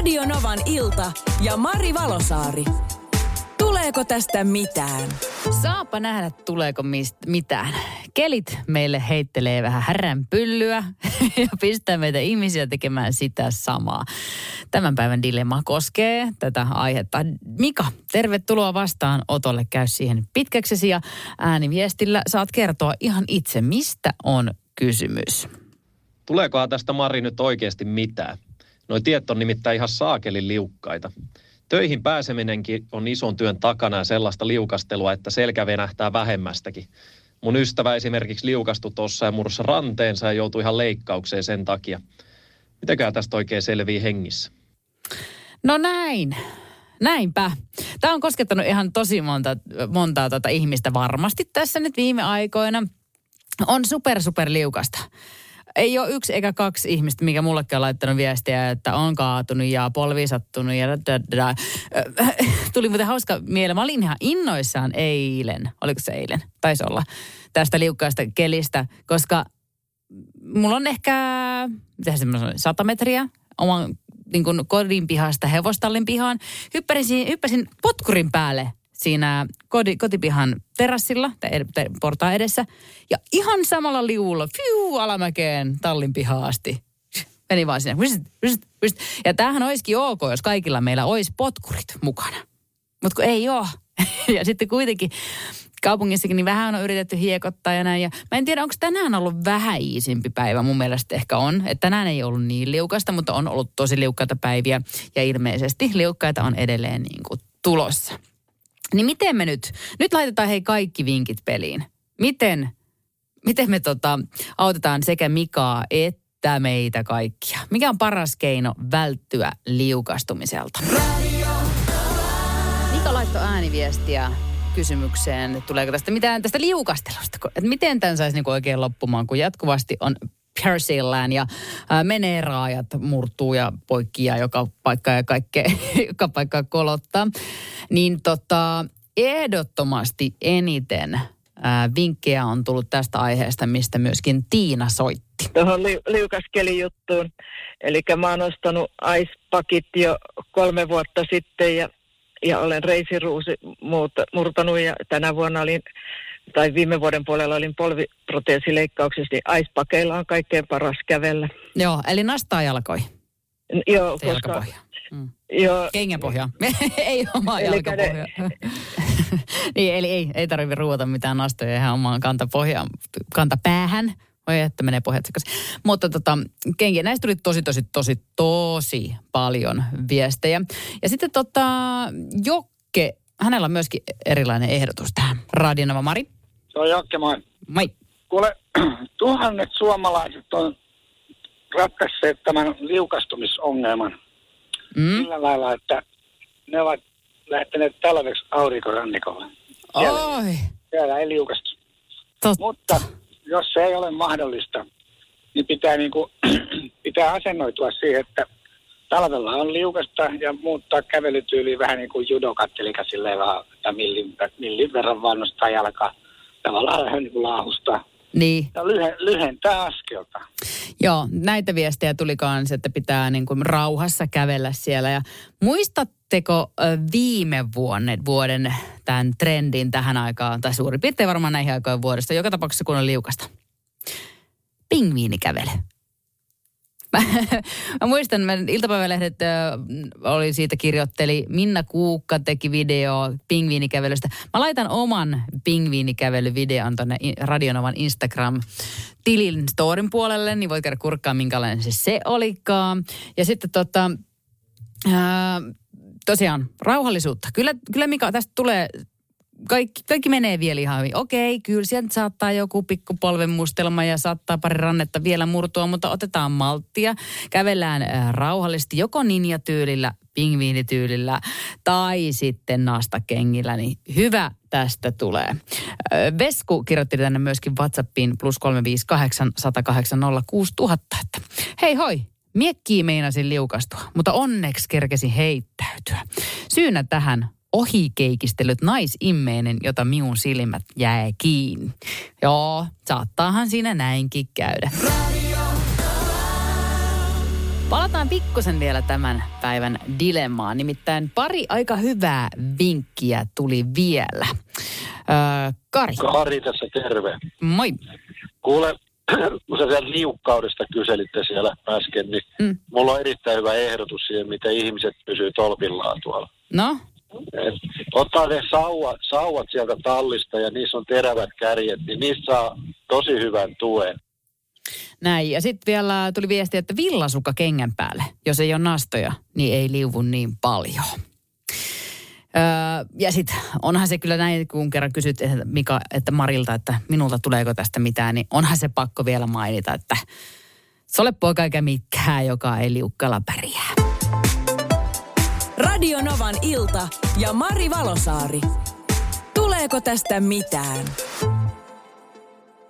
Radio Novan ilta ja Mari Valosaari. Tuleeko tästä mitään? Saapa nähdä, tuleeko mitään. Kelit meille heittelee vähän häränpyllyä ja pistää meitä ihmisiä tekemään sitä samaa. Tämän päivän dilemma koskee tätä aihetta. Mika, tervetuloa vastaan Otolle. Käy siihen pitkäksesi ja ääniviestillä saat kertoa ihan itse, mistä on kysymys. Tuleekohan tästä, Mari, nyt oikeasti mitään? Noi tiet on nimittäin ihan saakelin liukkaita. Töihin pääseminenkin on ison työn takana ja sellaista liukastelua, että selkä venähtää vähemmästäkin. Mun ystävä esimerkiksi liukastui tuossa ja mursi ranteensa ja joutui ihan leikkaukseen sen takia. Mitenköhän tästä oikein selvii hengissä? No näinpä. Tämä on koskettanut ihan tosi montaa ihmistä varmasti tässä nyt viime aikoina. On super liukasta. Ei ole yksi eikä kaksi ihmistä, mikä mullekin on laittanut viestiä, että on kaatunut ja polvi sattunut ja tuli muuten hauska mieleen. Mä olin ihan innoissaan eilen, oliko se eilen? Taisi olla tästä liukkaasta kelistä, koska mulla on ehkä 100 metriä oman niin kuin kodin pihasta hevostallin pihaan. Hyppäsin potkurin päälle siinä kotipihan terassilla, portaan edessä. Ja ihan samalla liuulla, alamäkeen tallin pihaan asti. Meni vaan sinne. Ja tämähän olisikin ok, jos kaikilla meillä olisi potkurit mukana. Mutta kun ei ole. Ja sitten kuitenkin kaupungissakin niin vähän on yritetty hiekottaa ja näin. Ja mä en tiedä, onko tänään ollut vähän iisimpi päivä. Mun mielestä ehkä on. Että tänään ei ollut niin liukasta, mutta on ollut tosi liukkaita päiviä. Ja ilmeisesti liukkaita on edelleen niin kuin tulossa. Niin miten me nyt laitetaan kaikki vinkit peliin. Miten me autetaan sekä Mikaa että meitä kaikkia? Mikä on paras keino välttyä liukastumiselta? Mika laittoi ääniviestiä kysymykseen, tuleeko tästä mitään tästä liukastelusta? Että miten tämän saisi niinku oikein loppumaan, kun jatkuvasti on persillään ja menee raajat, murtuu ja poikki ja joka paikka ja kaikkea, joka paikka kolottaa. Niin ehdottomasti eniten vinkkejä on tullut tästä aiheesta, mistä myöskin Tiina soitti. Tuohon liukaskelijuttuun. Eli mä oon ostanut icepakit jo 3 vuotta sitten ja olen reisiruusi murtanut ja tänä vuonna viime vuoden puolella olin polviproteesileikkauksessa, niin icepakeilla on kaikkein paras kävellä. Joo, eli nastaa jalkoihin. Joo, se koska... jalkapohja. Joo. Kengänpohja. Ei omaa jalkapohja. Niin, eli ei tarvitse ruuata mitään nastoja ihan omaan kantapäähän. Oi, että menee pohjat sekaisin. Mutta kenkiä, näistä tuli tosi paljon viestejä. Ja sitten Jokke, hänellä on myöskin erilainen ehdotus tähän. Radio Nova, Mari. Se on Jokke, moi. Moi. Kuule, tuhannet suomalaiset on ratkaisseet tämän liukastumisongelman sillä lailla, että ne ovat lähteneet talveksi aurinkorannikolle. Siellä ei liukastu. Mutta jos se ei ole mahdollista, niin pitää asennoitua siihen, että talvella on liukasta ja muuttaa kävelytyyliin vähän niin kuin judokat, eli silleen vähän millin verran vaan nostaa jalkaa. Tavallaan vähän niin kuin laahustaa. Niin. Ja lyhentää askelta. Joo, näitä viestejä tuli kanssa, että pitää niin kuin rauhassa kävellä siellä. Ja muistatteko viime vuoden tämän trendin tähän aikaan, tai suurin piirtein varmaan näihin aikoihin vuodesta, joka tapauksessa kun on liukasta? Pingviinikävely. Mä muistan, iltapäivälehdet oli siitä kirjoitteli, Minna Kuukka teki video pingviinikävelystä. Mä laitan oman pingviinikävelyvideon tonne Radio Novan Instagram-tilin storin puolelle, niin voit käydä kurkkaa, minkälainen se olikaan. Ja sitten tosiaan rauhallisuutta. Kyllä Mika, tästä tulee... Kaikki menee vielä ihan hyvin. Okei, kyllä sieltä saattaa joku pikku polvenmustelma ja saattaa pari rannetta vielä murtua, mutta otetaan malttia. Kävellään rauhallisesti joko ninjatyylillä, pingviinityylillä tai sitten nastakengillä, niin hyvä tästä tulee. Vesku kirjoitti tänne myöskin WhatsAppiin +358 108 06000, että hei hoi, miekkiin meinasin liukastua, mutta onneksi kerkesin heittäytyä. Syynä tähän ohikeikistelyt naisimmeinen, jota minun silmät jäi kiinni. Joo, saattaahan siinä näinkin käydä. Palataan pikkusen vielä tämän päivän dilemmaan. Nimittäin pari aika hyvää vinkkiä tuli vielä. Kari. Kari tässä, terve. Moi. Kuule, kun sä siellä liukkaudesta kyselitte siellä äsken, niin mulla on erittäin hyvä ehdotus siihen, miten ihmiset pysyy tolpillaan tuolla. No? Ottaa ne sauvat sieltä tallista ja niissä on terävät kärjet, niin niistä saa tosi hyvän tuen. Näin, ja sitten vielä tuli viesti, että villasukka kengän päälle. Jos ei ole nastoja, niin ei liuvu niin paljon. Ja sitten onhan se kyllä näin, kun kerran kysyt Mika, että Marilta, että minulta tuleeko tästä mitään, niin onhan se pakko vielä mainita, että se ole poika eikä mikään, joka ei liukkalla pärjää. Radio Novan ilta ja Mari Valosaari. Tuleeko tästä mitään?